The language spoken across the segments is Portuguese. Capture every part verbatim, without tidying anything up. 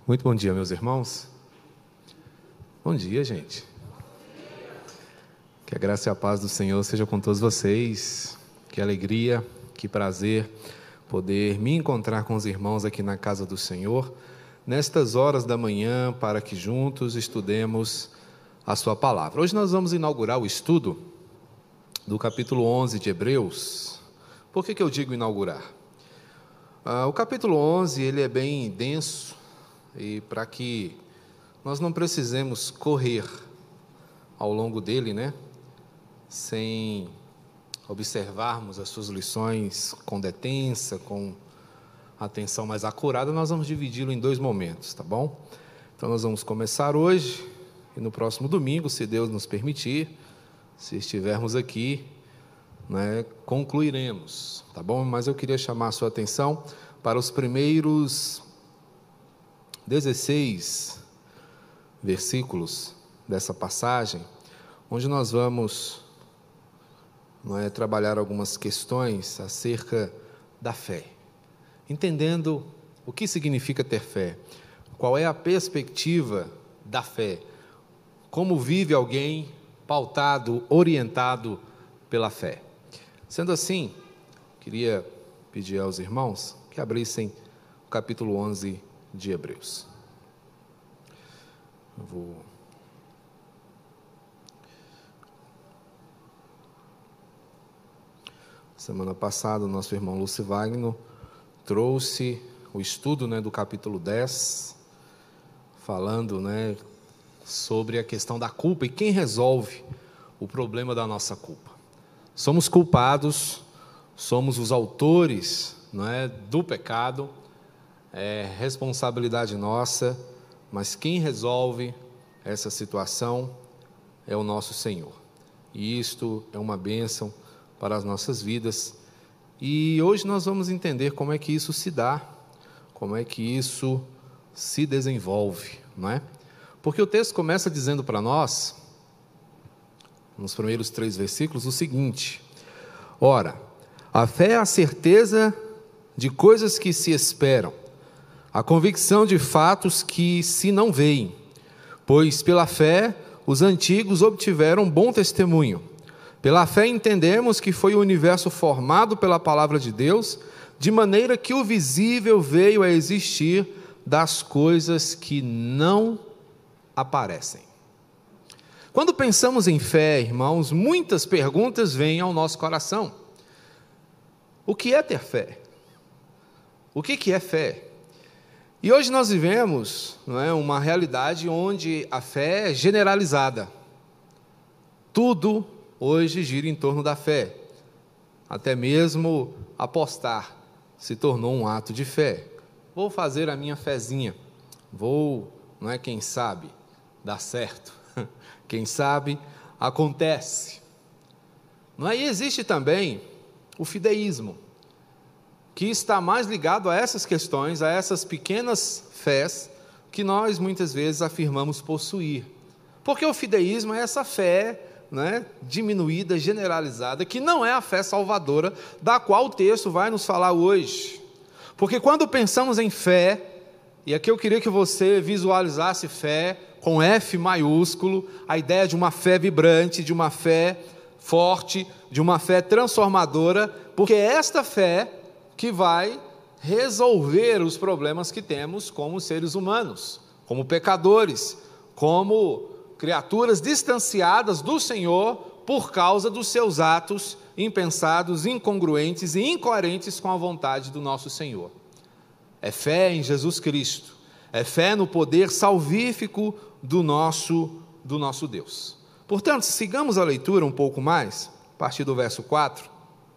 Muito bom dia, meus irmãos. Bom dia, gente. Que a graça e a paz do Senhor seja com todos vocês. Que alegria, que prazer poder me encontrar com os irmãos aqui na casa do Senhor, nestas horas da manhã, para que juntos estudemos a sua palavra. Hoje nós vamos inaugurar o estudo do capítulo onze de Hebreus. Por que que eu digo inaugurar? Ah, o capítulo onze, ele é bem denso, e para que nós não precisemos correr ao longo dele, né, sem observarmos as suas lições com detença, com atenção mais acurada, nós vamos dividi-lo em dois momentos, tá bom? Então nós vamos começar hoje, e no próximo domingo, se Deus nos permitir, se estivermos aqui, né, concluiremos, tá bom? Mas eu queria chamar a sua atenção para os primeiros dezesseis versículos dessa passagem, onde nós vamos, não é, trabalhar algumas questões acerca da fé, entendendo o que significa ter fé, qual é a perspectiva da fé, como vive alguém pautado, orientado pela fé. Sendo assim, queria pedir aos irmãos que abrissem o capítulo onze de Hebreus. Eu vou... Semana passada, o nosso irmão Lúcio Wagner trouxe o estudo, né, do capítulo dez, falando, né, sobre a questão da culpa e quem resolve o problema da nossa culpa. Somos culpados, somos os autores, não é, do pecado, é responsabilidade nossa, mas quem resolve essa situação é o nosso Senhor. E isto é uma bênção para as nossas vidas. E hoje nós vamos entender como é que isso se dá, como é que isso se desenvolve, não é? Porque o texto começa dizendo para nós, nos primeiros três versículos, o seguinte: ora, a fé é a certeza de coisas que se esperam, a convicção de fatos que se não veem, pois pela fé os antigos obtiveram bom testemunho. Pela fé entendemos que foi o universo formado pela palavra de Deus, de maneira que o visível veio a existir das coisas que não aparecem. Quando pensamos em fé, irmãos, muitas perguntas vêm ao nosso coração. O que é ter fé? O que que é fé? E hoje nós vivemos, não é, uma realidade onde a fé é generalizada. Tudo hoje gira em torno da fé. Até mesmo apostar se tornou um ato de fé. Vou fazer a minha fezinha. Vou, não é, quem sabe, dar certo. Quem sabe, acontece. Não é? E existe também o fideísmo, que está mais ligado a essas questões, a essas pequenas fés que nós muitas vezes afirmamos possuir. Porque o fideísmo é essa fé, né, diminuída, generalizada, que não é a fé salvadora, da qual o texto vai nos falar hoje. Porque quando pensamos em fé, e aqui eu queria que você visualizasse fé com F maiúsculo, a ideia de uma fé vibrante, de uma fé forte, de uma fé transformadora, porque é esta fé que vai resolver os problemas que temos como seres humanos, como pecadores, como criaturas distanciadas do Senhor por causa dos seus atos impensados, incongruentes e incoerentes com a vontade do nosso Senhor. É fé em Jesus Cristo, é fé no poder salvífico do nosso, do nosso Deus. Portanto, sigamos a leitura um pouco mais, a partir do verso quatro.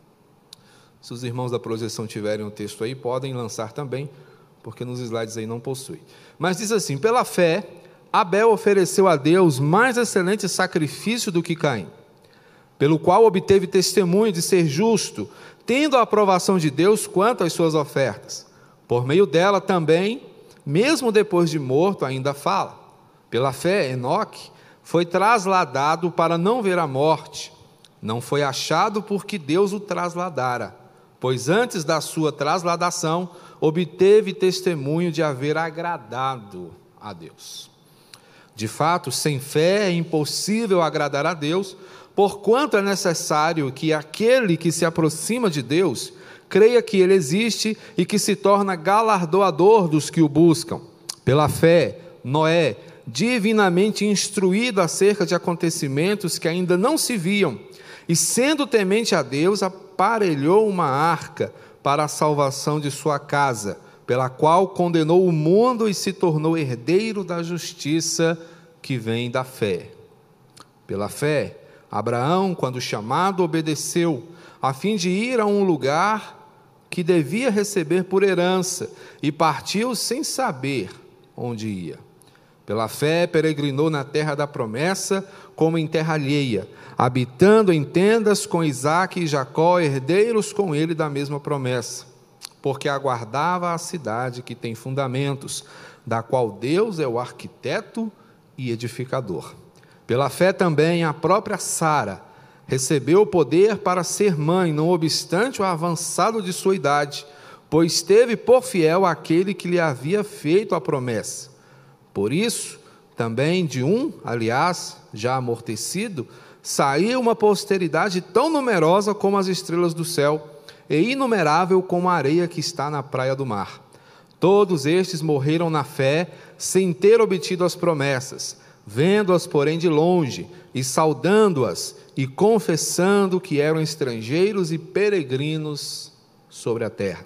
Se os irmãos da projeção tiverem o texto aí, podem lançar também, porque nos slides aí não possui. Mas diz assim: pela fé, Abel ofereceu a Deus mais excelente sacrifício do que Caim, pelo qual obteve testemunho de ser justo, tendo a aprovação de Deus quanto às suas ofertas. Por meio dela também, mesmo depois de morto, ainda fala. Pela fé, Enoque foi trasladado para não ver a morte. Não foi achado porque Deus o trasladara, pois antes da sua trasladação, obteve testemunho de haver agradado a Deus. De fato, sem fé é impossível agradar a Deus, porquanto é necessário que aquele que se aproxima de Deus creia que Ele existe e que se torna galardoador dos que o buscam. Pela fé, Noé, divinamente instruído acerca de acontecimentos que ainda não se viam, e sendo temente a Deus, aparelhou uma arca para a salvação de sua casa, pela qual condenou o mundo e se tornou herdeiro da justiça que vem da fé. Pela fé, Abraão, quando chamado, obedeceu, a fim de ir a um lugar que devia receber por herança, e partiu sem saber onde ia. Pela fé, peregrinou na terra da promessa, como em terra alheia, habitando em tendas com Isaque e Jacó, herdeiros com ele da mesma promessa, porque aguardava a cidade que tem fundamentos, da qual Deus é o arquiteto e edificador. Pela fé também a própria Sara recebeu o poder para ser mãe, não obstante o avançado de sua idade, pois teve por fiel aquele que lhe havia feito a promessa. Por isso, também de um, aliás, já amortecido, saiu uma posteridade tão numerosa como as estrelas do céu, e inumerável como a areia que está na praia do mar. Todos estes morreram na fé, sem ter obtido as promessas, vendo-as, porém, de longe, e saudando-as, e confessando que eram estrangeiros e peregrinos sobre a terra.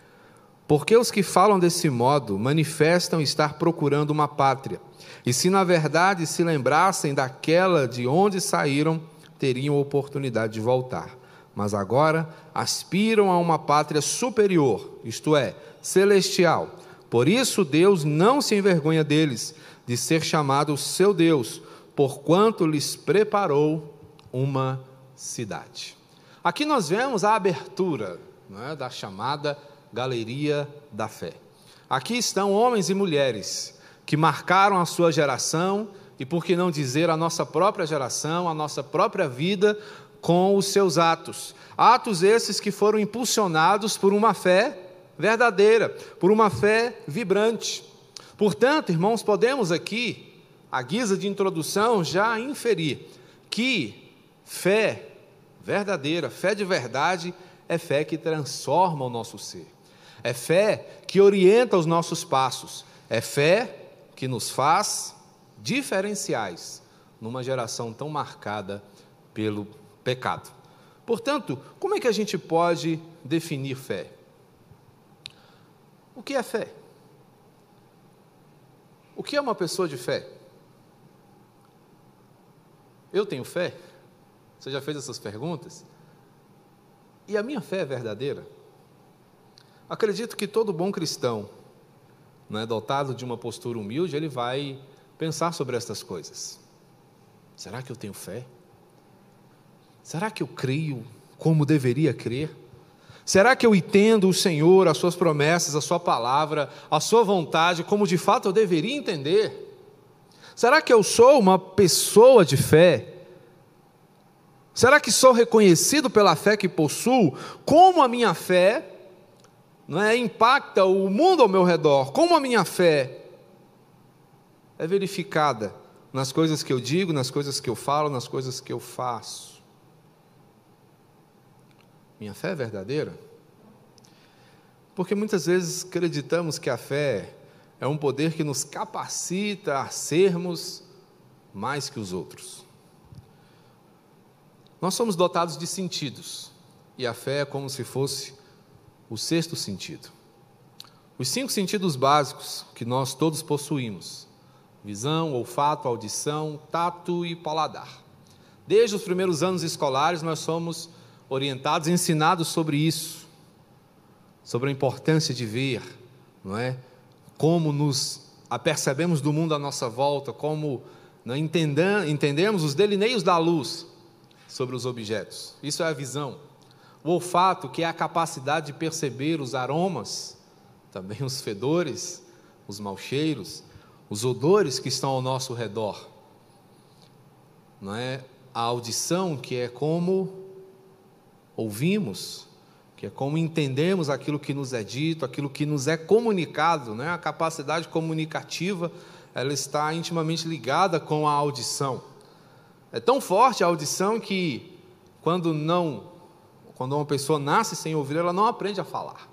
Porque os que falam desse modo manifestam estar procurando uma pátria, e se na verdade se lembrassem daquela de onde saíram, teriam oportunidade de voltar. Mas agora aspiram a uma pátria superior, isto é, celestial. Por isso Deus não se envergonha deles, de ser chamado seu Deus, porquanto lhes preparou uma cidade. Aqui nós vemos a abertura, não é, da chamada Galeria da Fé. Aqui estão homens e mulheres que marcaram a sua geração, e por que não dizer a nossa própria geração, a nossa própria vida, com os seus atos. Atos esses que foram impulsionados por uma fé verdadeira, por uma fé vibrante. Portanto, irmãos, podemos aqui, à guisa de introdução, já inferir que fé verdadeira, fé de verdade, é fé que transforma o nosso ser. É fé que orienta os nossos passos. É fé que nos faz diferenciais numa geração tão marcada pelo pecado. Portanto, como é que a gente pode definir fé? O que é fé? O que é uma pessoa de fé? Eu tenho fé? Você já fez essas perguntas? E a minha fé é verdadeira? Acredito que todo bom cristão, né, dotado de uma postura humilde, ele vai pensar sobre estas coisas. Será que eu tenho fé? Será que eu creio como deveria crer? Será que eu entendo o Senhor, as suas promessas, a sua palavra, a sua vontade, como de fato eu deveria entender? Será que eu sou uma pessoa de fé? Será que sou reconhecido pela fé que possuo? Como a minha fé, não é, impacta o mundo ao meu redor? Como a minha fé é verificada nas coisas que eu digo, nas coisas que eu falo, nas coisas que eu faço? Minha fé é verdadeira? Porque muitas vezes acreditamos que a fé é um poder que nos capacita a sermos mais que os outros. Nós somos dotados de sentidos, e a fé é como se fosse o sexto sentido. Os cinco sentidos básicos que nós todos possuímos: visão, olfato, audição, tato e paladar. Desde os primeiros anos escolares nós somos orientados, ensinados sobre isso, sobre a importância de ver, não é? Como nos apercebemos do mundo à nossa volta, como não, entendam, entendemos os delineios da luz sobre os objetos. Isso é a visão. O olfato, que é a capacidade de perceber os aromas, também os fedores, os maus cheiros, os odores que estão ao nosso redor. Não é? A audição, que é como ouvimos, que é como entendemos aquilo que nos é dito, aquilo que nos é comunicado, né? A capacidade comunicativa, ela está intimamente ligada com a audição. É tão forte a audição que quando não, quando uma pessoa nasce sem ouvir, ela não aprende a falar.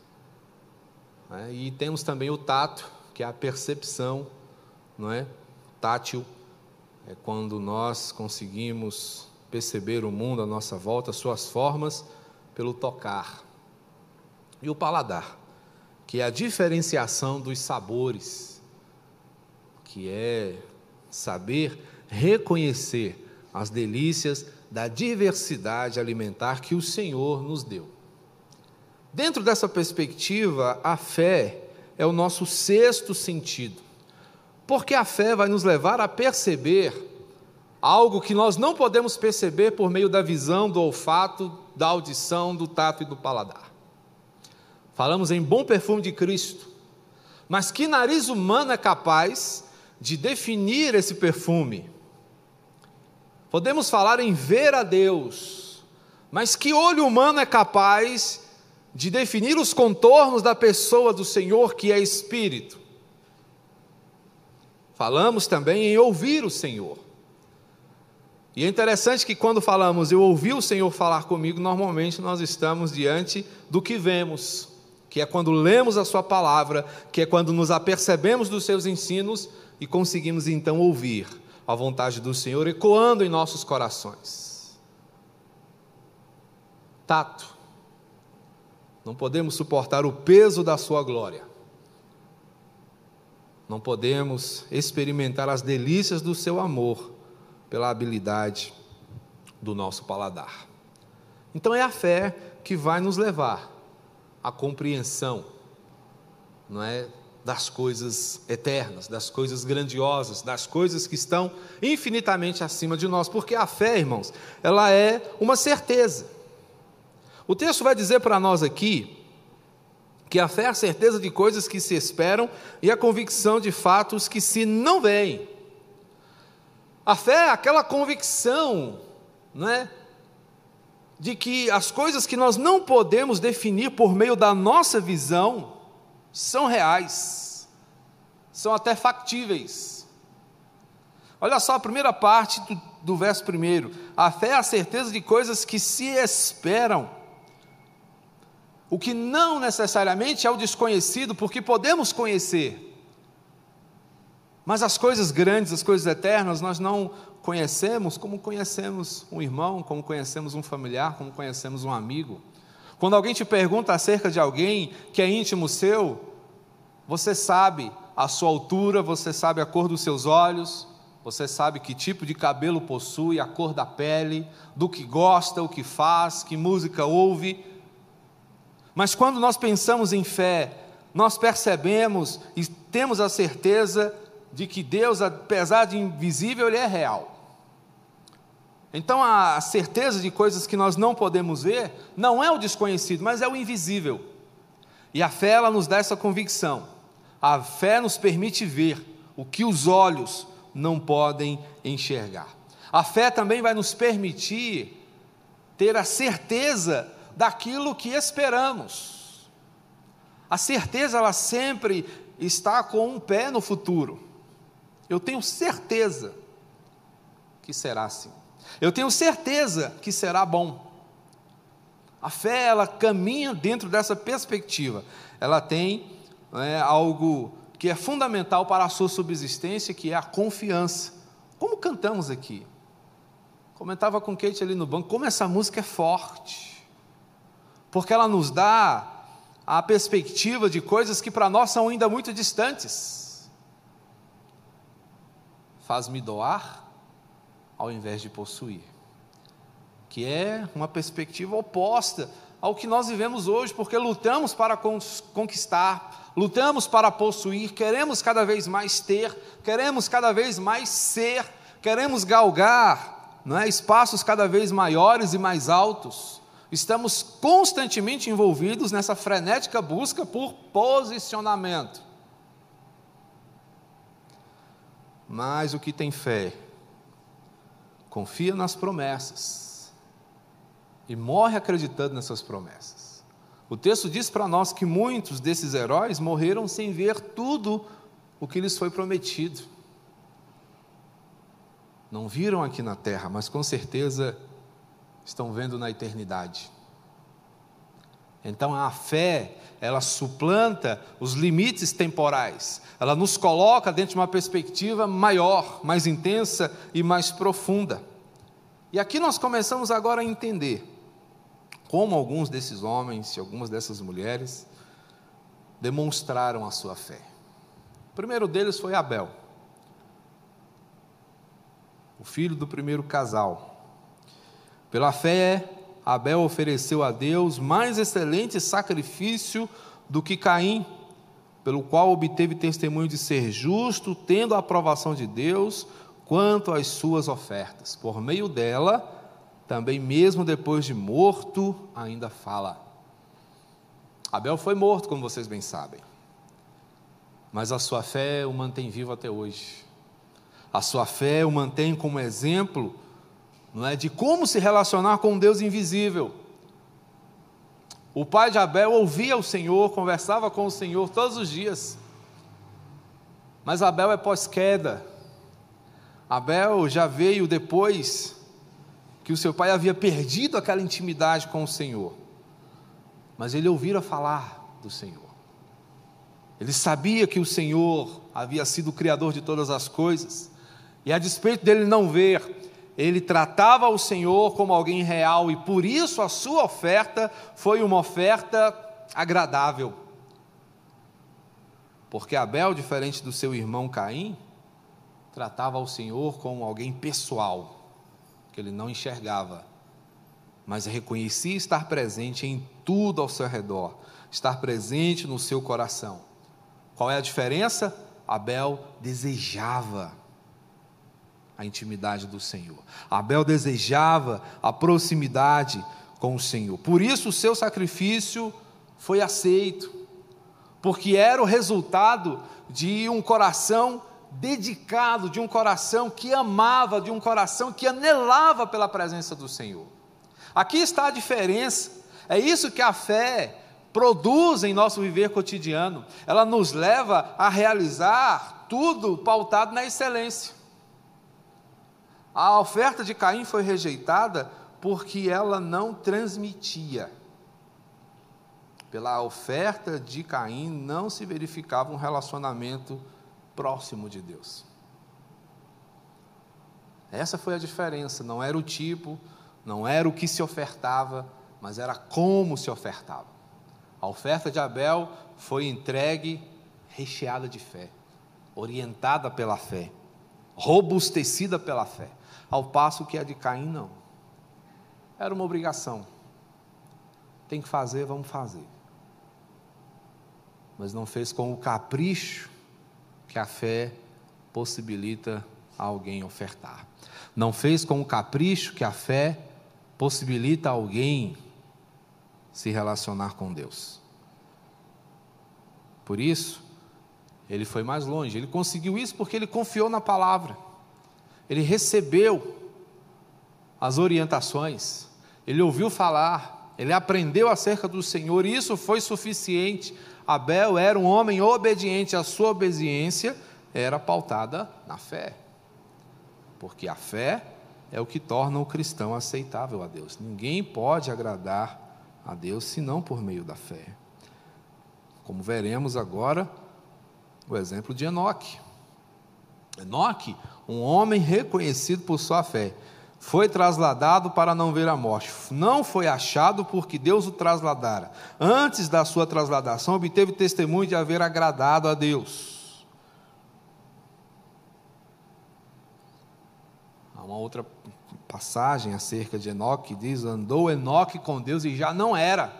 É, e temos também o tato, que é a percepção, não é? Tátil, é quando nós conseguimos perceber o mundo à nossa volta, suas formas, pelo tocar. E o paladar, que é a diferenciação dos sabores, que é saber reconhecer as delícias da diversidade alimentar que o Senhor nos deu. Dentro dessa perspectiva, a fé é o nosso sexto sentido, porque a fé vai nos levar a perceber algo que nós não podemos perceber por meio da visão, do olfato, da audição, do tato e do paladar. Falamos em bom perfume de Cristo, mas que nariz humano é capaz de definir esse perfume? Podemos falar em ver a Deus, mas que olho humano é capaz de definir os contornos da pessoa do Senhor, que é Espírito? Falamos também em ouvir o Senhor. E é interessante que quando falamos, eu ouvi o Senhor falar comigo, normalmente nós estamos diante do que vemos, que é quando lemos a sua palavra, que é quando nos apercebemos dos seus ensinos e conseguimos então ouvir a vontade do Senhor ecoando em nossos corações. Tato. Não podemos suportar o peso da sua glória. Não podemos experimentar as delícias do seu amor pela habilidade do nosso paladar. Então é a fé que vai nos levar à compreensão, não é, das coisas eternas, das coisas grandiosas, das coisas que estão infinitamente acima de nós, porque a fé, irmãos, ela é uma certeza. O texto vai dizer para nós aqui que a fé é a certeza de coisas que se esperam e a convicção de fatos que se não veem. A fé é aquela convicção, não é, de que as coisas que nós não podemos definir por meio da nossa visão são reais, são até factíveis. Olha só a primeira parte do, do verso primeiro. A fé é a certeza de coisas que se esperam, o que não necessariamente é o desconhecido, porque podemos conhecer. Mas as coisas grandes, as coisas eternas, nós não conhecemos como conhecemos um irmão, como conhecemos um familiar, como conhecemos um amigo. Quando alguém te pergunta acerca de alguém que é íntimo seu, você sabe a sua altura, você sabe a cor dos seus olhos, você sabe que tipo de cabelo possui, a cor da pele, do que gosta, o que faz, que música ouve. Mas quando nós pensamos em fé, nós percebemos e temos a certeza de que Deus, apesar de invisível, Ele é real. Então a certeza de coisas que nós não podemos ver, não é o desconhecido, mas é o invisível. E a fé, ela nos dá essa convicção. A fé nos permite ver o que os olhos não podem enxergar. A fé também vai nos permitir ter a certeza daquilo que esperamos. A certeza, ela sempre está com um pé no futuro. Eu tenho certeza que será assim. Eu tenho certeza que será bom. A fé, ela caminha dentro dessa perspectiva. Ela tem é, algo que é fundamental para a sua subsistência, que é a confiança. Como cantamos aqui. Comentava com Kate ali no banco, como essa música é forte. Porque ela nos dá a perspectiva de coisas que para nós são ainda muito distantes. Faz-me doar ao invés de possuir, que é uma perspectiva oposta ao que nós vivemos hoje, porque lutamos para conquistar, lutamos para possuir, queremos cada vez mais ter, queremos cada vez mais ser, queremos galgar, não é, espaços cada vez maiores e mais altos. Estamos constantemente envolvidos nessa frenética busca por posicionamento. Mas o que tem fé, confia nas promessas e morre acreditando nessas promessas. O texto diz para nós que muitos desses heróis morreram sem ver tudo o que lhes foi prometido. Não viram aqui na terra, mas com certeza estão vendo na eternidade. Então a fé, ela suplanta os limites temporais, ela nos coloca dentro de uma perspectiva maior, mais intensa e mais profunda. E aqui nós começamos agora a entender como alguns desses homens e algumas dessas mulheres demonstraram a sua fé. O primeiro deles foi Abel, o filho do primeiro casal. Pela fé, Abel ofereceu a Deus mais excelente sacrifício do que Caim, pelo qual obteve testemunho de ser justo, tendo a aprovação de Deus quanto às suas ofertas. Por meio dela, também mesmo depois de morto, ainda fala. Abel foi morto, como vocês bem sabem, mas a sua fé o mantém vivo até hoje. A sua fé o mantém como exemplo, não é, de como se relacionar com um Deus invisível. O pai de Abel ouvia o Senhor, conversava com o Senhor todos os dias, mas Abel é pós-queda. Abel já veio depois que o seu pai havia perdido aquela intimidade com o Senhor, mas ele ouvira falar do Senhor. Ele sabia que o Senhor havia sido o Criador de todas as coisas, e a despeito dele não ver, ele tratava o Senhor como alguém real, e por isso a sua oferta foi uma oferta agradável. Porque Abel, diferente do seu irmão Caim, tratava o Senhor como alguém pessoal, que ele não enxergava, mas reconhecia estar presente em tudo ao seu redor, estar presente no seu coração. Qual é a diferença? Abel desejava a intimidade do Senhor. Abel desejava a proximidade com o Senhor. Por isso o seu sacrifício foi aceito, porque era o resultado de um coração dedicado, de um coração que amava, de um coração que anelava pela presença do Senhor. Aqui está a diferença. É isso que a fé produz em nosso viver cotidiano. Ela nos leva a realizar tudo pautado na excelência. A oferta de Caim foi rejeitada porque ela não transmitia. Pela oferta de Caim não se verificava um relacionamento próximo de Deus. Essa foi a diferença. Não era o tipo, não era o que se ofertava, mas era como se ofertava. A oferta de Abel foi entregue recheada de fé, orientada pela fé, robustecida pela fé, ao passo que a de Caim não. Era uma obrigação. Tem que fazer, vamos fazer. Mas não fez com o capricho que a fé possibilita a alguém ofertar. Não fez com o capricho que a fé possibilita a alguém se relacionar com Deus. Por isso, ele foi mais longe. Ele conseguiu isso porque ele confiou na palavra. Ele recebeu as orientações, ele ouviu falar, ele aprendeu acerca do Senhor, e isso foi suficiente. Abel era um homem obediente, a sua obediência era pautada na fé, porque a fé é o que torna o cristão aceitável a Deus. Ninguém pode agradar a Deus senão por meio da fé. Como veremos agora o exemplo de Enoque. Enoque, um homem reconhecido por sua fé, foi trasladado para não ver a morte. Não foi achado porque Deus o trasladara. Antes da sua trasladação, obteve testemunho de haver agradado a Deus. Há uma outra passagem acerca de Enoque que diz: andou Enoque com Deus e já não era.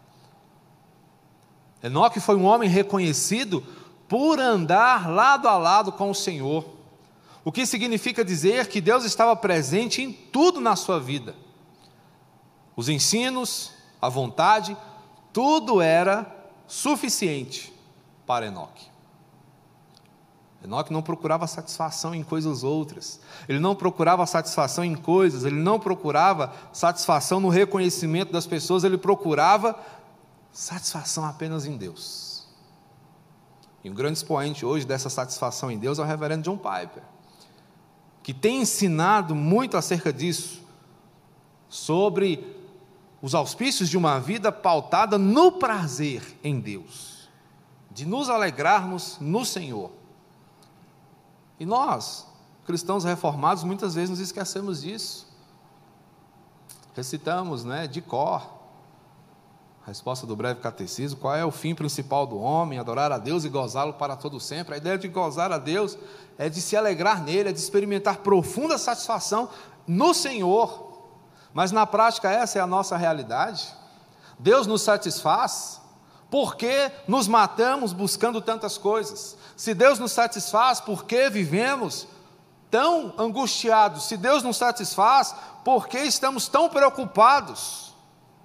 Enoque foi um homem reconhecido por andar lado a lado com o Senhor. O que significa dizer que Deus estava presente em tudo na sua vida. Os ensinos, a vontade, tudo era suficiente para Enoque. Enoque não procurava satisfação em coisas outras, ele não procurava satisfação em coisas, ele não procurava satisfação no reconhecimento das pessoas, ele procurava satisfação apenas em Deus. E um grande expoente hoje dessa satisfação em Deus é o reverendo John Piper, que tem ensinado muito acerca disso, sobre os auspícios de uma vida pautada no prazer em Deus, de nos alegrarmos no Senhor. E nós, cristãos reformados, muitas vezes nos esquecemos disso. Recitamos, né, de cor, a resposta do breve catecismo: qual é o fim principal do homem? Adorar a Deus e gozá-lo para todo sempre. A ideia de gozar a Deus é de se alegrar nele, é de experimentar profunda satisfação no Senhor. Mas na prática essa é a nossa realidade. Deus nos satisfaz, por que nos matamos buscando tantas coisas? Se Deus nos satisfaz, por que vivemos tão angustiados? Se Deus nos satisfaz, por que estamos tão preocupados?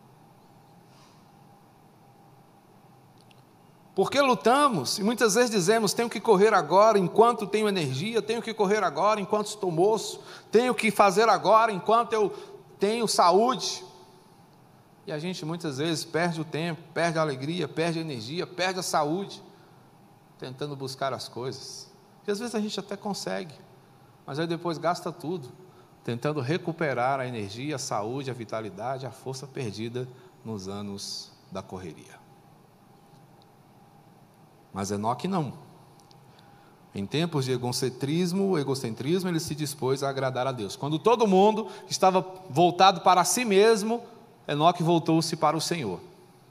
Porque lutamos, e muitas vezes dizemos: tenho que correr agora enquanto tenho energia, tenho que correr agora enquanto estou moço, tenho que fazer agora enquanto eu tenho saúde. E a gente muitas vezes perde o tempo, perde a alegria, perde a energia, perde a saúde, tentando buscar as coisas. E às vezes a gente até consegue, mas aí depois gasta tudo, tentando recuperar a energia, a saúde, a vitalidade, a força perdida nos anos da correria. Mas Enoque não. Em tempos de egocentrismo, egocentrismo, ele se dispôs a agradar a Deus. Quando todo mundo estava voltado para si mesmo, Enoque voltou-se para o Senhor.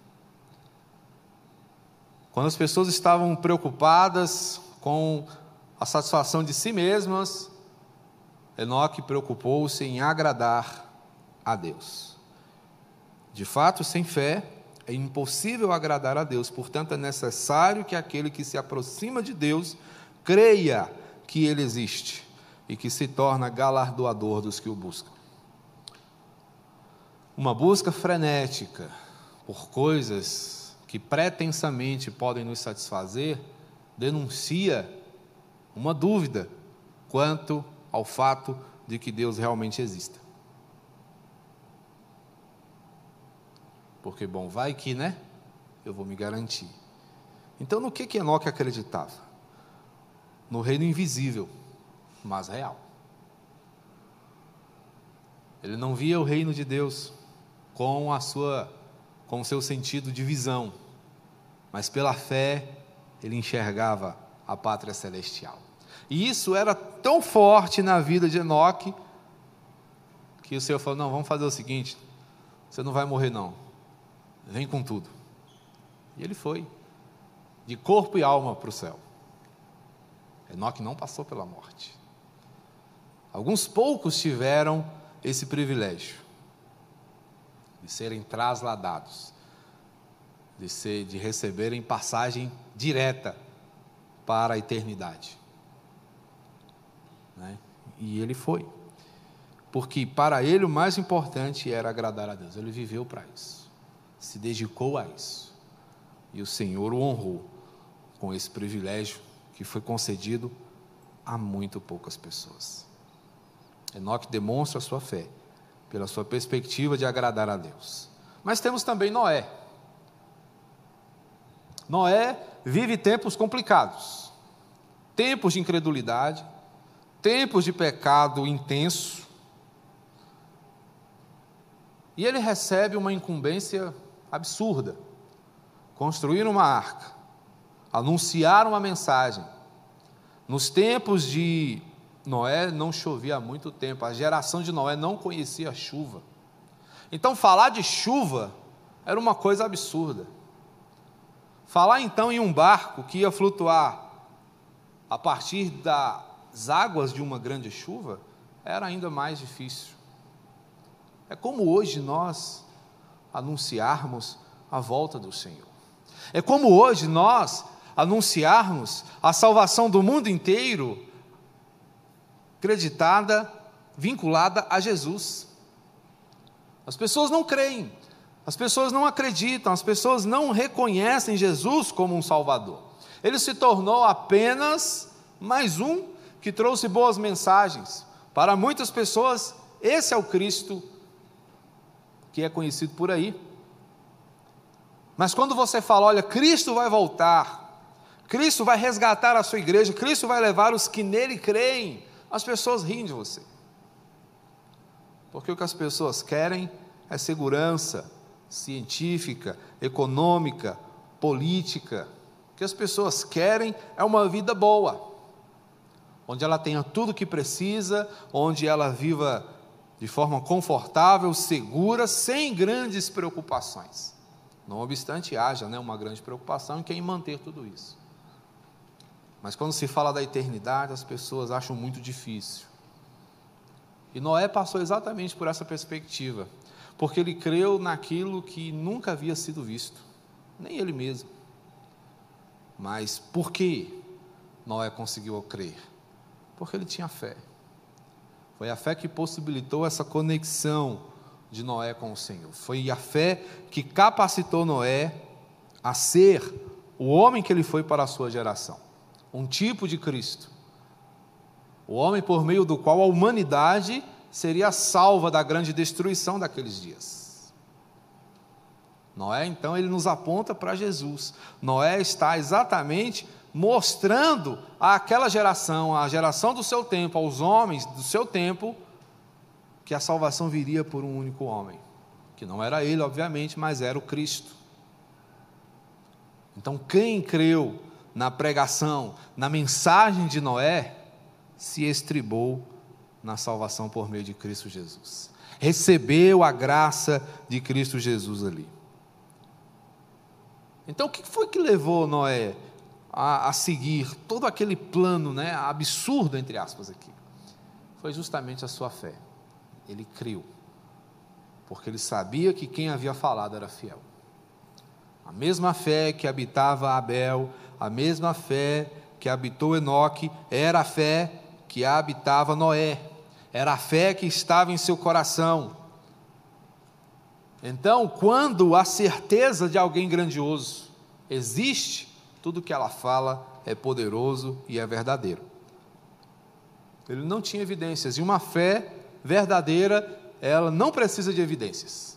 Quando as pessoas estavam preocupadas com a satisfação de si mesmas, Enoque preocupou-se em agradar a Deus. De fato, sem fé é impossível agradar a Deus, portanto é necessário que aquele que se aproxima de Deus creia que Ele existe e que se torna galardoador dos que o buscam. Uma busca frenética por coisas que pretensamente podem nos satisfazer denuncia uma dúvida quanto ao fato de que Deus realmente exista. Porque, bom, vai que, né? Eu vou me garantir. Então, no que que Enoque acreditava? No reino invisível, mas real. Ele não via o reino de Deus com a sua, com o seu sentido de visão, mas pela fé ele enxergava a pátria celestial. E isso era tão forte na vida de Enoque que o Senhor falou: não, vamos fazer o seguinte, você não vai morrer não, vem com tudo. E ele foi, de corpo e alma, para o céu. Enoque não passou pela morte. Alguns poucos tiveram esse privilégio de serem trasladados, de, ser, de receberem passagem direta para a eternidade, né? E ele foi, porque para ele o mais importante era agradar a Deus. Ele viveu para isso, se dedicou a isso, e o Senhor o honrou com esse privilégio que foi concedido a muito poucas pessoas. Enoque demonstra a sua fé pela sua perspectiva de agradar a Deus. Mas temos também Noé. Noé vive tempos complicados, tempos de incredulidade, tempos de pecado intenso, e ele recebe uma incumbência absurda: construir uma arca, anunciar uma mensagem. Nos tempos de Noé não chovia há muito tempo, a geração de Noé não conhecia a chuva. Então falar de chuva era uma coisa absurda. Falar então em um barco que ia flutuar a partir das águas de uma grande chuva era ainda mais difícil. É como hoje nós anunciarmos a volta do Senhor. É como hoje nós anunciarmos a salvação do mundo inteiro, acreditada, vinculada a Jesus. As pessoas não creem, as pessoas não acreditam, as pessoas não reconhecem Jesus como um Salvador. Ele se tornou apenas mais um que trouxe boas mensagens. Para muitas pessoas, esse é o Cristo que é conhecido por aí. Mas quando você fala, olha, Cristo vai voltar, Cristo vai resgatar a sua igreja, Cristo vai levar os que nele creem, as pessoas riem de você. Porque o que as pessoas querem é segurança científica, econômica, política. O que as pessoas querem é uma vida boa, onde ela tenha tudo o que precisa, onde ela viva de forma confortável, segura, sem grandes preocupações. Não obstante, haja, né, uma grande preocupação em quem manter tudo isso. Mas quando se fala da eternidade, as pessoas acham muito difícil. E Noé passou exatamente por essa perspectiva, porque ele creu naquilo que nunca havia sido visto, nem ele mesmo. Mas por que Noé conseguiu crer? Porque ele tinha fé. Foi a fé que possibilitou essa conexão de Noé com o Senhor. Foi a fé que capacitou Noé a ser o homem que ele foi para a sua geração. Um tipo de Cristo. O homem por meio do qual a humanidade seria salva da grande destruição daqueles dias. Noé, então, ele nos aponta para Jesus. Noé está exatamente mostrando àquela geração, à geração do seu tempo, aos homens do seu tempo, que a salvação viria por um único homem, que não era ele, obviamente, mas era o Cristo. Então, quem creu na pregação, na mensagem de Noé, se estribou na salvação por meio de Cristo Jesus. Recebeu a graça de Cristo Jesus ali. Então, o que foi que levou Noé a, a seguir todo aquele plano, né, absurdo, entre aspas, aqui? Foi justamente a sua fé. Ele creu, porque ele sabia que quem havia falado era fiel. A mesma fé que habitava Abel, a mesma fé que habitou Enoque, era a fé que habitava Noé, era a fé que estava em seu coração. Então, quando a certeza de alguém grandioso existe, tudo que ela fala é poderoso e é verdadeiro. Ele não tinha evidências, e uma fé verdadeira, ela não precisa de evidências.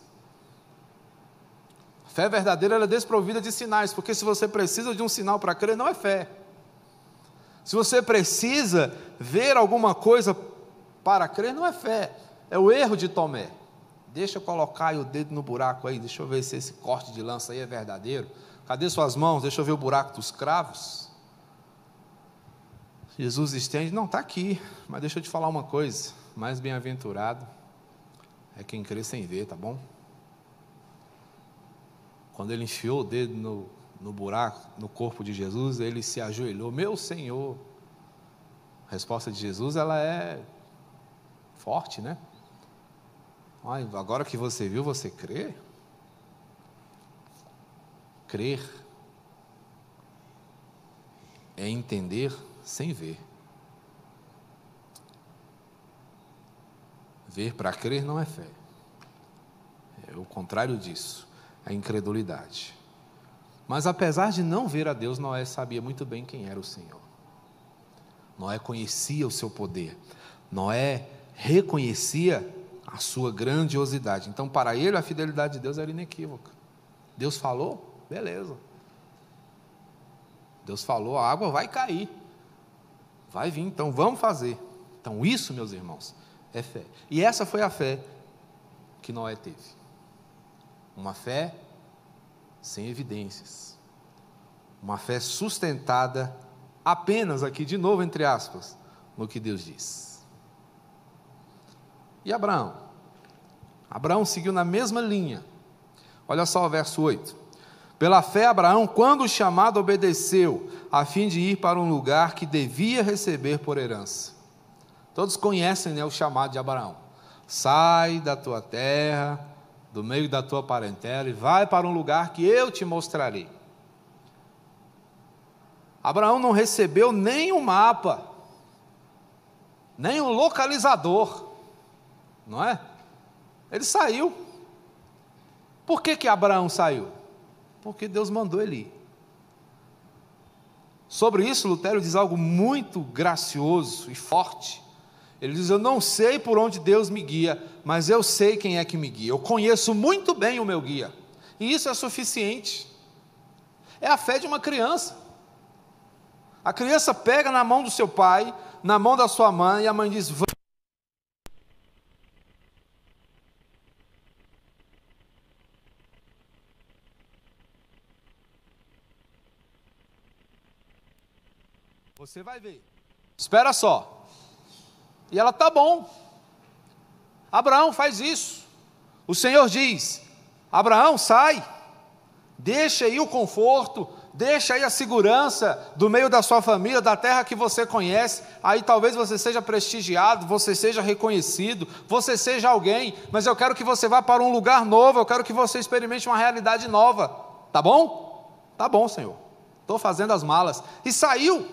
A fé verdadeira, ela é desprovida de sinais, porque se você precisa de um sinal para crer, não é fé. Se você precisa ver alguma coisa para crer, não é fé, é o erro de Tomé. Deixa eu colocar aí o dedo no buraco aí, deixa eu ver se esse corte de lança aí é verdadeiro. Cadê suas mãos? Deixa eu ver o buraco dos cravos. Jesus estende, não, está aqui, mas deixa eu te falar uma coisa, mais bem-aventurado é quem crê sem ver, tá bom? Quando ele enfiou o dedo no, no buraco, no corpo de Jesus, ele se ajoelhou, meu Senhor. A resposta de Jesus, ela é forte, né? Ai, agora que você viu, você crê? Crer é entender sem ver. Ver para crer não é fé. É o contrário disso, a incredulidade. Mas apesar de não ver a Deus, Noé sabia muito bem quem era o Senhor. Noé conhecia o seu poder. Noé reconhecia a sua grandiosidade. Então, para ele, a fidelidade de Deus era inequívoca. Deus falou, beleza. Deus falou, a água vai cair. Vai vir, então vamos fazer. Então, isso, meus irmãos, é fé. E essa foi a fé que Noé teve. Uma fé sem evidências. Uma fé sustentada apenas, aqui de novo, entre aspas, no que Deus diz. E Abraão? Abraão seguiu na mesma linha. Olha só o verso oito. Pela fé, Abraão, quando chamado, obedeceu, a fim de ir para um lugar que devia receber por herança. Todos conhecem, né, o chamado de Abraão. Sai da tua terra, do meio da tua parentela, e vai para um lugar que eu te mostrarei. Abraão não recebeu nem um mapa, nem um localizador, não é? Ele saiu. Por que que Abraão saiu? Porque Deus mandou ele ir. Sobre isso, Lutero diz algo muito gracioso e forte. Ele diz: eu não sei por onde Deus me guia, mas eu sei quem é que me guia. Eu conheço muito bem o meu guia. E isso é suficiente. É a fé de uma criança. A criança pega na mão do seu pai, na mão da sua mãe, e a mãe diz: vamos. Você vai ver. Espera só. E ela: tá bom. Abraão, faz isso. O Senhor diz: Abraão, sai. Deixa aí o conforto, deixa aí a segurança do meio da sua família, da terra que você conhece. Aí talvez você seja prestigiado, você seja reconhecido, você seja alguém, mas eu quero que você vá para um lugar novo, eu quero que você experimente uma realidade nova. Tá bom? Tá bom, Senhor. Estou fazendo as malas. E saiu.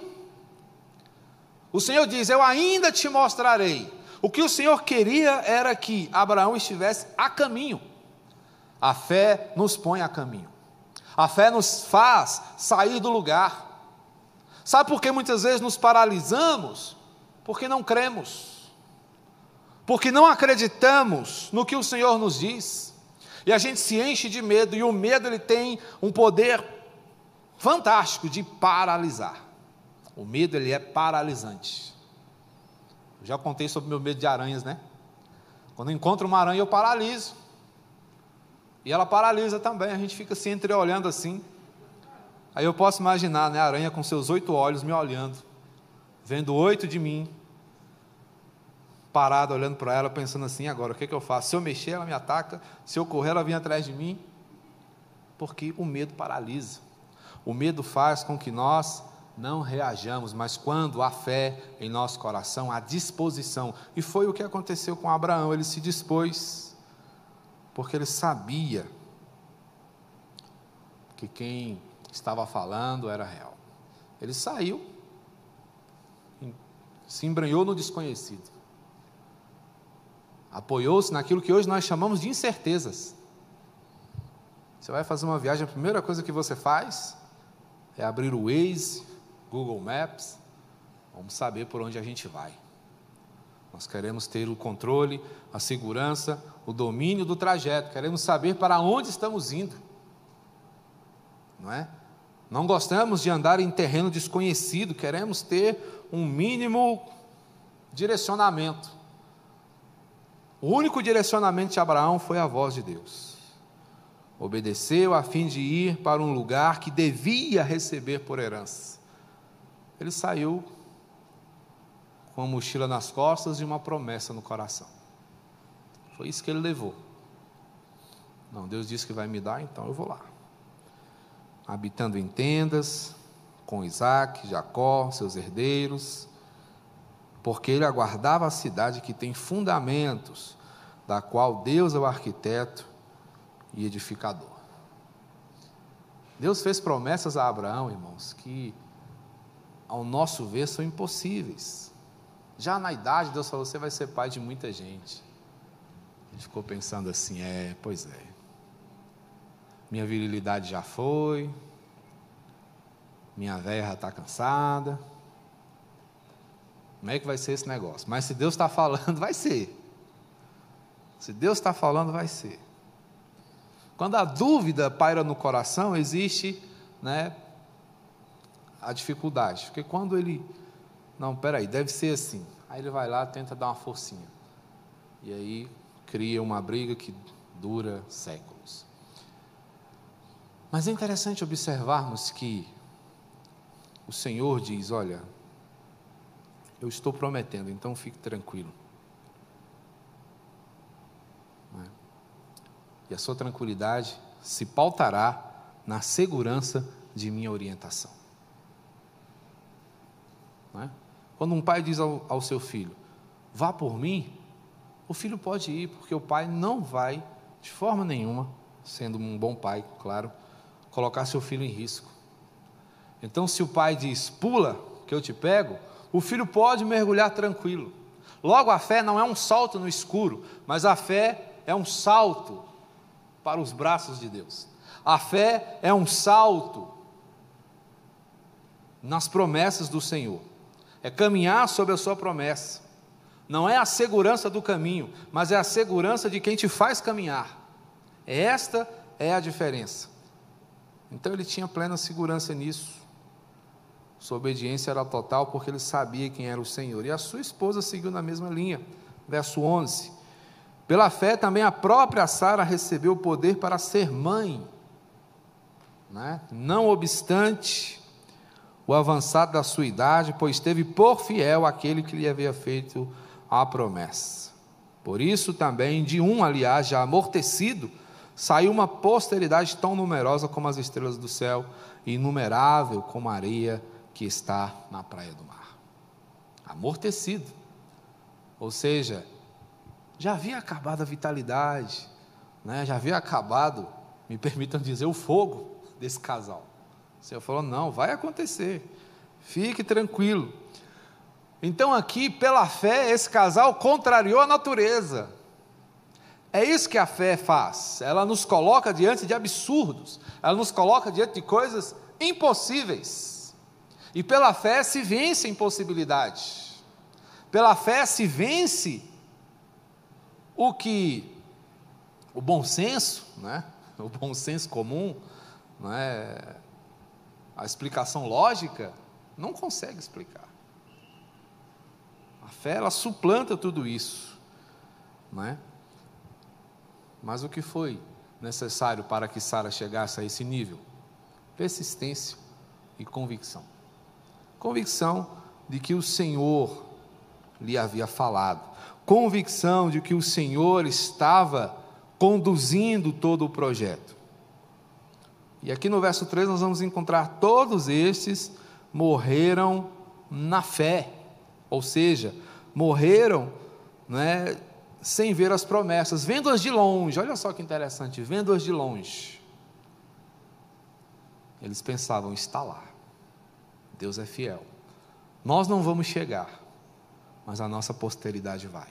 O Senhor diz: eu ainda te mostrarei. O que o Senhor queria era que Abraão estivesse a caminho. A fé nos põe a caminho. A fé nos faz sair do lugar. Sabe por que muitas vezes nos paralisamos? Porque não cremos. Porque não acreditamos no que o Senhor nos diz. E a gente se enche de medo. E o medo, ele tem um poder fantástico de paralisar. O medo, ele é paralisante. Eu já contei sobre o meu medo de aranhas, né? Quando eu encontro uma aranha, eu paraliso. E ela paralisa também, a gente fica assim, entreolhando assim. Aí eu posso imaginar, né, a aranha com seus oito olhos me olhando, vendo oito de mim, parado, olhando para ela, pensando assim: agora, o que, que eu faço? Se eu mexer, ela me ataca, se eu correr, ela vem atrás de mim. Porque o medo paralisa. O medo faz com que nós não reajamos, mas quando há fé em nosso coração, há disposição. E foi o que aconteceu com Abraão. Ele se dispôs, porque ele sabia que quem estava falando era real. Ele saiu, se embrenhou no desconhecido, apoiou-se naquilo que hoje nós chamamos de incertezas. Você vai fazer uma viagem, a primeira coisa que você faz é abrir o Waze, Google Maps, vamos saber por onde a gente vai. Nós queremos ter o controle, a segurança, o domínio do trajeto, queremos saber para onde estamos indo, não é? Não gostamos de andar em terreno desconhecido, queremos ter um mínimo direcionamento. O único direcionamento de Abraão foi a voz de Deus. Obedeceu a fim de ir para um lugar que devia receber por herança. Ele saiu com uma mochila nas costas e uma promessa no coração. Foi isso que ele levou. Não, Deus disse que vai me dar, então eu vou lá. Habitando em tendas, com Isaac, Jacó, seus herdeiros, porque ele aguardava a cidade que tem fundamentos, da qual Deus é o arquiteto e edificador. Deus fez promessas a Abraão, irmãos, que ao nosso ver são impossíveis. Já na idade, Deus falou: você vai ser pai de muita gente. Ele ficou pensando assim: é, pois é, minha virilidade já foi, minha véia já está cansada, como é que vai ser esse negócio? Mas se Deus está falando, vai ser. Se Deus está falando, vai ser. Quando a dúvida paira no coração, existe, né, a dificuldade, porque quando ele, não, peraí, deve ser assim, aí ele vai lá, tenta dar uma forcinha, e aí cria uma briga que dura séculos. Mas é interessante observarmos que o Senhor diz: olha, eu estou prometendo, então fique tranquilo. Não é? E a sua tranquilidade se pautará na segurança de minha orientação. Não é? Quando um pai diz ao, ao seu filho: vá por mim, o filho pode ir, porque o pai não vai, de forma nenhuma, sendo um bom pai, claro, colocar seu filho em risco. Então, se o pai diz: pula, que eu te pego, o filho pode mergulhar tranquilo. Logo, a fé não é um salto no escuro, mas a fé é um salto para os braços de Deus. A fé é um salto nas promessas do Senhor, é caminhar sobre a sua promessa. Não é a segurança do caminho, mas é a segurança de quem te faz caminhar. Esta é a diferença. Então ele tinha plena segurança nisso. Sua obediência era total, porque ele sabia quem era o Senhor. E a sua esposa seguiu na mesma linha. Verso onze. Pela fé também a própria Sara recebeu o poder para ser mãe, né? Não obstante o avançado da sua idade, pois teve por fiel aquele que lhe havia feito a promessa. Por isso também, de um, aliás, já amortecido, saiu uma posteridade tão numerosa como as estrelas do céu, e inumerável como a areia que está na praia do mar. Amortecido, ou seja, já havia acabado a vitalidade, né? Já havia acabado, me permitam dizer, o fogo desse casal. O Senhor falou, não, vai acontecer, fique tranquilo. Então aqui, pela fé, esse casal contrariou a natureza. É isso que a fé faz, ela nos coloca diante de absurdos, ela nos coloca diante de coisas impossíveis, e pela fé se vence a impossibilidade, pela fé se vence o que o bom senso, né? O bom senso comum, né? A explicação lógica não consegue explicar. A fé, ela suplanta tudo isso, não é? Mas o que foi necessário para que Sara chegasse a esse nível? Persistência e convicção. Convicção de que o Senhor lhe havia falado. Convicção de que o Senhor estava conduzindo todo o projeto. E aqui no verso três nós vamos encontrar todos estes morreram na fé, ou seja, morreram, né, sem ver as promessas, vendo-as de longe. Olha só que interessante, vendo-as de longe. Eles pensavam, está lá, Deus é fiel, nós não vamos chegar, mas a nossa posteridade vai.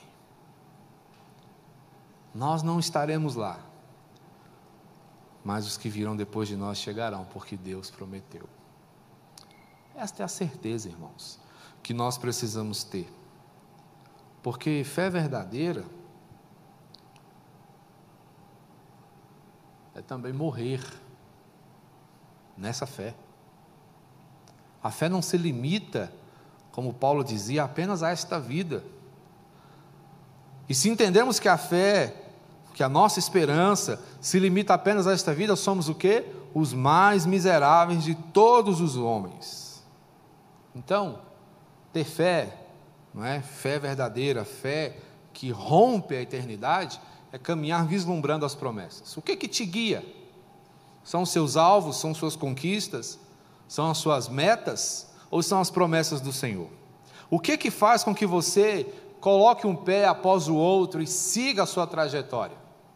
Nós não estaremos lá, mas os que virão depois de nós chegarão, porque Deus prometeu. Esta é a certeza, irmãos, que nós precisamos ter, porque fé verdadeira é também morrer nessa fé. A fé não se limita, como Paulo dizia, apenas a esta vida. E se entendermos que a fé, que a nossa esperança se limita apenas a esta vida, somos o quê? Os mais miseráveis de todos os homens. Então, ter fé, não é? Fé verdadeira, fé que rompe a eternidade, é caminhar vislumbrando as promessas. O que que te guia? São os seus alvos, são suas conquistas, são as suas metas, ou são as promessas do Senhor? O que que faz com que você coloque um pé após o outro e siga a sua trajetória?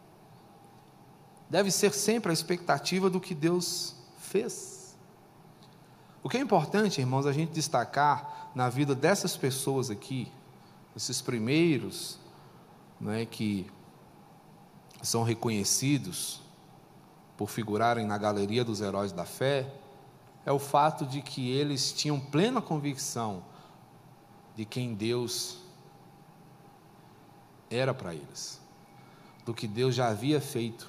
Deve ser sempre a expectativa do que Deus fez. O que é importante, irmãos, a gente destacar na vida dessas pessoas aqui, esses primeiros, né, que são reconhecidos por figurarem na galeria dos heróis da fé, é o fato de que eles tinham plena convicção de quem Deus era para eles, do que Deus já havia feito.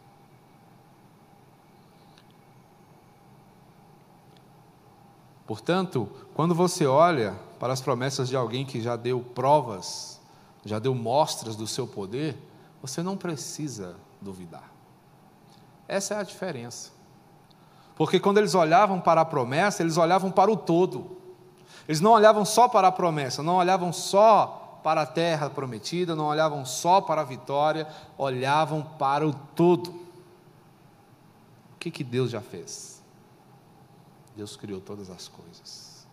Portanto, quando você olha para as promessas de alguém que já deu provas, já deu mostras do seu poder, você não precisa duvidar. Essa é a diferença. Porque quando eles olhavam para a promessa, eles olhavam para o todo. Eles não olhavam só para a promessa, não olhavam só para a terra prometida, não olhavam só para a vitória, olhavam para o todo. O que que Deus já fez? Deus criou todas as coisas.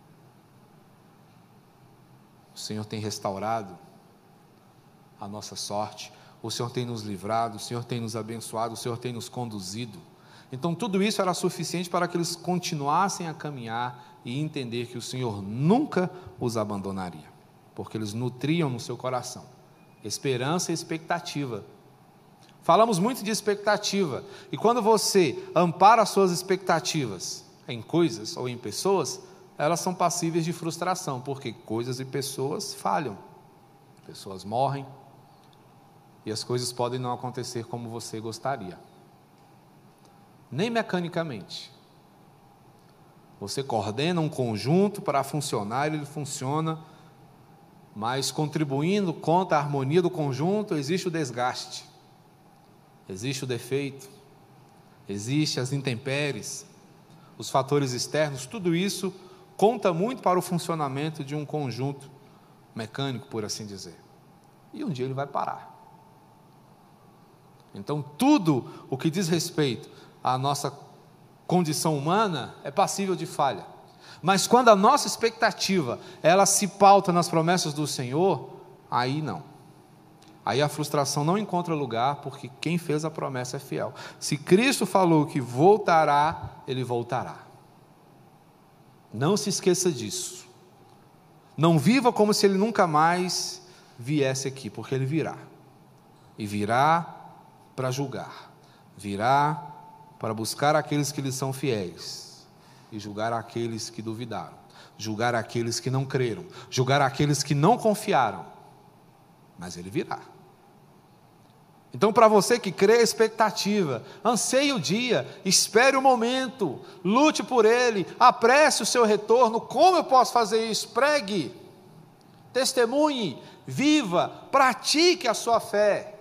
O Senhor tem restaurado a nossa sorte, o Senhor tem nos livrado, o Senhor tem nos abençoado, o Senhor tem nos conduzido. Então tudo isso era suficiente para que eles continuassem a caminhar e entender que o Senhor nunca os abandonaria, porque eles nutriam no seu coração esperança e expectativa. Falamos muito de expectativa, e quando você ampara as suas expectativas em coisas ou em pessoas, elas são passíveis de frustração, porque coisas e pessoas falham, pessoas morrem, e as coisas podem não acontecer como você gostaria, nem mecanicamente. Você coordena um conjunto para funcionar, ele funciona, mas contribuindo contra a harmonia do conjunto, existe o desgaste, existe o defeito, existe as intempéries, os fatores externos, tudo isso conta muito para o funcionamento de um conjunto mecânico, por assim dizer. E um dia ele vai parar. Então, tudo o que diz respeito à nossa condição humana é passível de falha. Mas quando a nossa expectativa, ela se pauta nas promessas do Senhor, aí não. Aí a frustração não encontra lugar, porque quem fez a promessa é fiel. Se Cristo falou que voltará, Ele voltará. Não se esqueça disso. Não viva como se Ele nunca mais viesse aqui, porque Ele virá. E virá para julgar. Virá para buscar aqueles que lhe são fiéis. E julgar aqueles que duvidaram. Julgar aqueles que não creram. Julgar aqueles que não confiaram. Mas Ele virá. Então, para você que crê, a expectativa, anseie o dia, espere o momento, lute por ele, apresse o seu retorno. Como eu posso fazer isso? Pregue, testemunhe, viva, pratique a sua fé.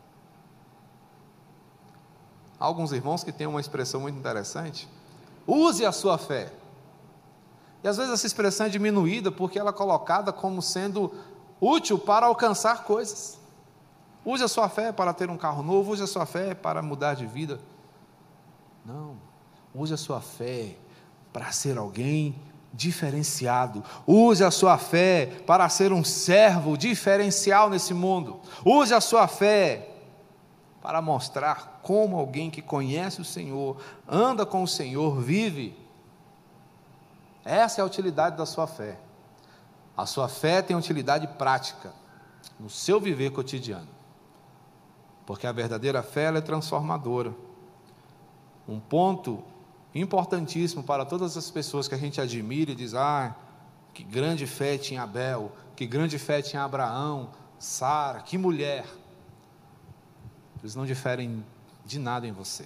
Há alguns irmãos que têm uma expressão muito interessante: use a sua fé. E às vezes essa expressão é diminuída porque ela é colocada como sendo útil para alcançar coisas. Use a sua fé para ter um carro novo, use a sua fé para mudar de vida. Não, use a sua fé para ser alguém diferenciado. Use a sua fé para ser um servo diferencial nesse mundo. Use a sua fé para mostrar como alguém que conhece o Senhor, anda com o Senhor, vive. Essa é a utilidade da sua fé. A sua fé tem utilidade prática no seu viver cotidiano. Porque a verdadeira fé, ela é transformadora. Um ponto importantíssimo para todas as pessoas que a gente admira e diz: ah, que grande fé tinha Abel, que grande fé tinha Abraão, Sara, que mulher. Eles não diferem de nada em você.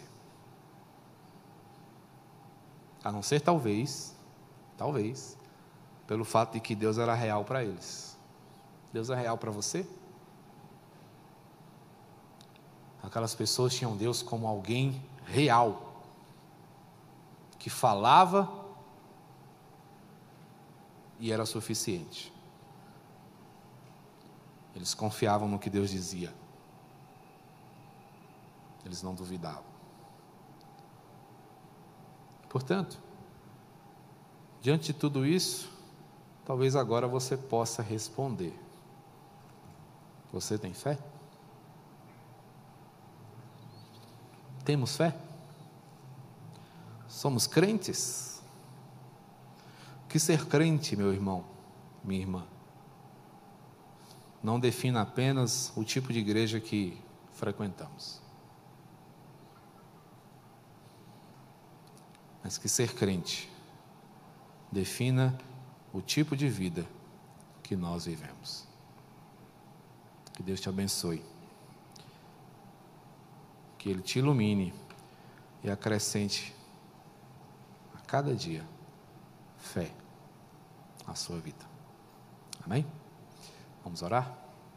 A não ser talvez, talvez, pelo fato de que Deus era real para eles. Deus é real para você? Aquelas pessoas tinham Deus como alguém real, que falava e era suficiente. Eles confiavam no que Deus dizia. Eles não duvidavam. Portanto, diante de tudo isso, talvez agora você possa responder: você tem fé? Temos fé? Somos crentes? Que ser crente, meu irmão, minha irmã, não define apenas o tipo de igreja que frequentamos, mas que ser crente defina o tipo de vida que nós vivemos. Que Deus te abençoe, que Ele te ilumine e acrescente a cada dia fé à sua vida. Amém? Vamos orar?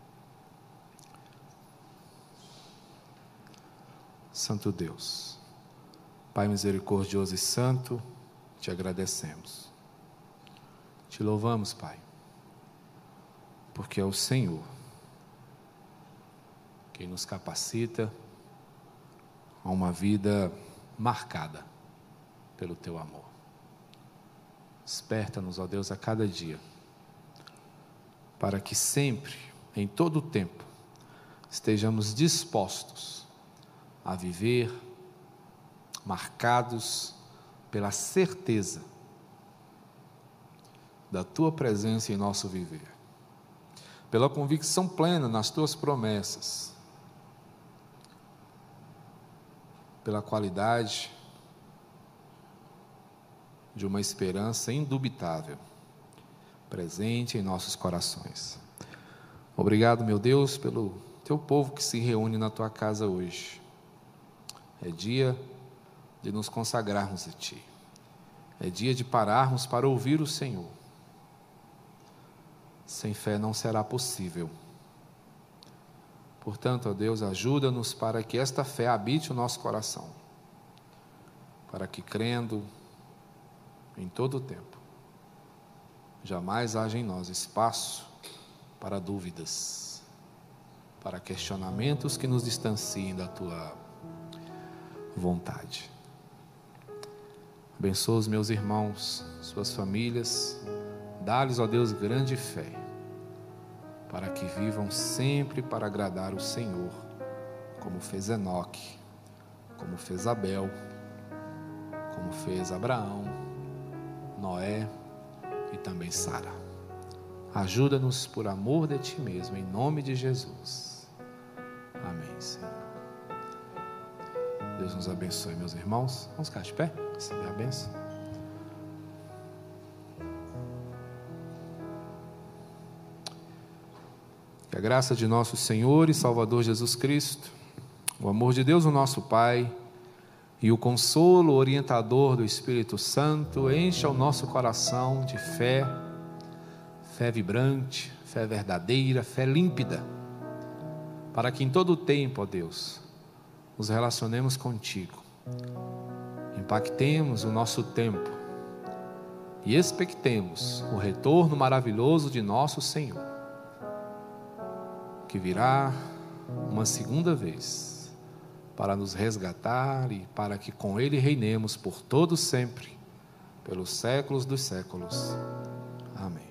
Santo Deus, Pai misericordioso e santo, te agradecemos, te louvamos, Pai, porque é o Senhor quem nos capacita a uma vida marcada pelo Teu amor. Desperta-nos, ó Deus, a cada dia, para que sempre, em todo o tempo, estejamos dispostos a viver marcados pela certeza da Tua presença em nosso viver, pela convicção plena nas Tuas promessas, pela qualidade de uma esperança indubitável, presente em nossos corações. Obrigado, meu Deus, pelo teu povo que se reúne na tua casa hoje. É dia de nos consagrarmos a ti. É dia de pararmos para ouvir o Senhor. Sem fé não será possível. Portanto, ó Deus, ajuda-nos para que esta fé habite o nosso coração, para que, crendo em todo o tempo, jamais haja em nós espaço para dúvidas, para questionamentos que nos distanciem da tua vontade. Abençoa os meus irmãos, suas famílias, dá-lhes, ó Deus, grande fé, para que vivam sempre para agradar o Senhor, como fez Enoque, como fez Abel, como fez Abraão, Noé e também Sara. Ajuda-nos por amor de ti mesmo, em nome de Jesus. Amém, Senhor. Deus nos abençoe, meus irmãos. Vamos ficar de pé, receber a bênção. Que a graça de nosso Senhor e Salvador Jesus Cristo, o amor de Deus, o nosso Pai, e o consolo orientador do Espírito Santo encha o nosso coração de fé, fé vibrante, fé verdadeira, fé límpida, para que em todo o tempo, ó Deus, nos relacionemos contigo, impactemos o nosso tempo e expectemos o retorno maravilhoso de nosso Senhor, que virá uma segunda vez para nos resgatar e para que com Ele reinemos por todo sempre, pelos séculos dos séculos. Amém.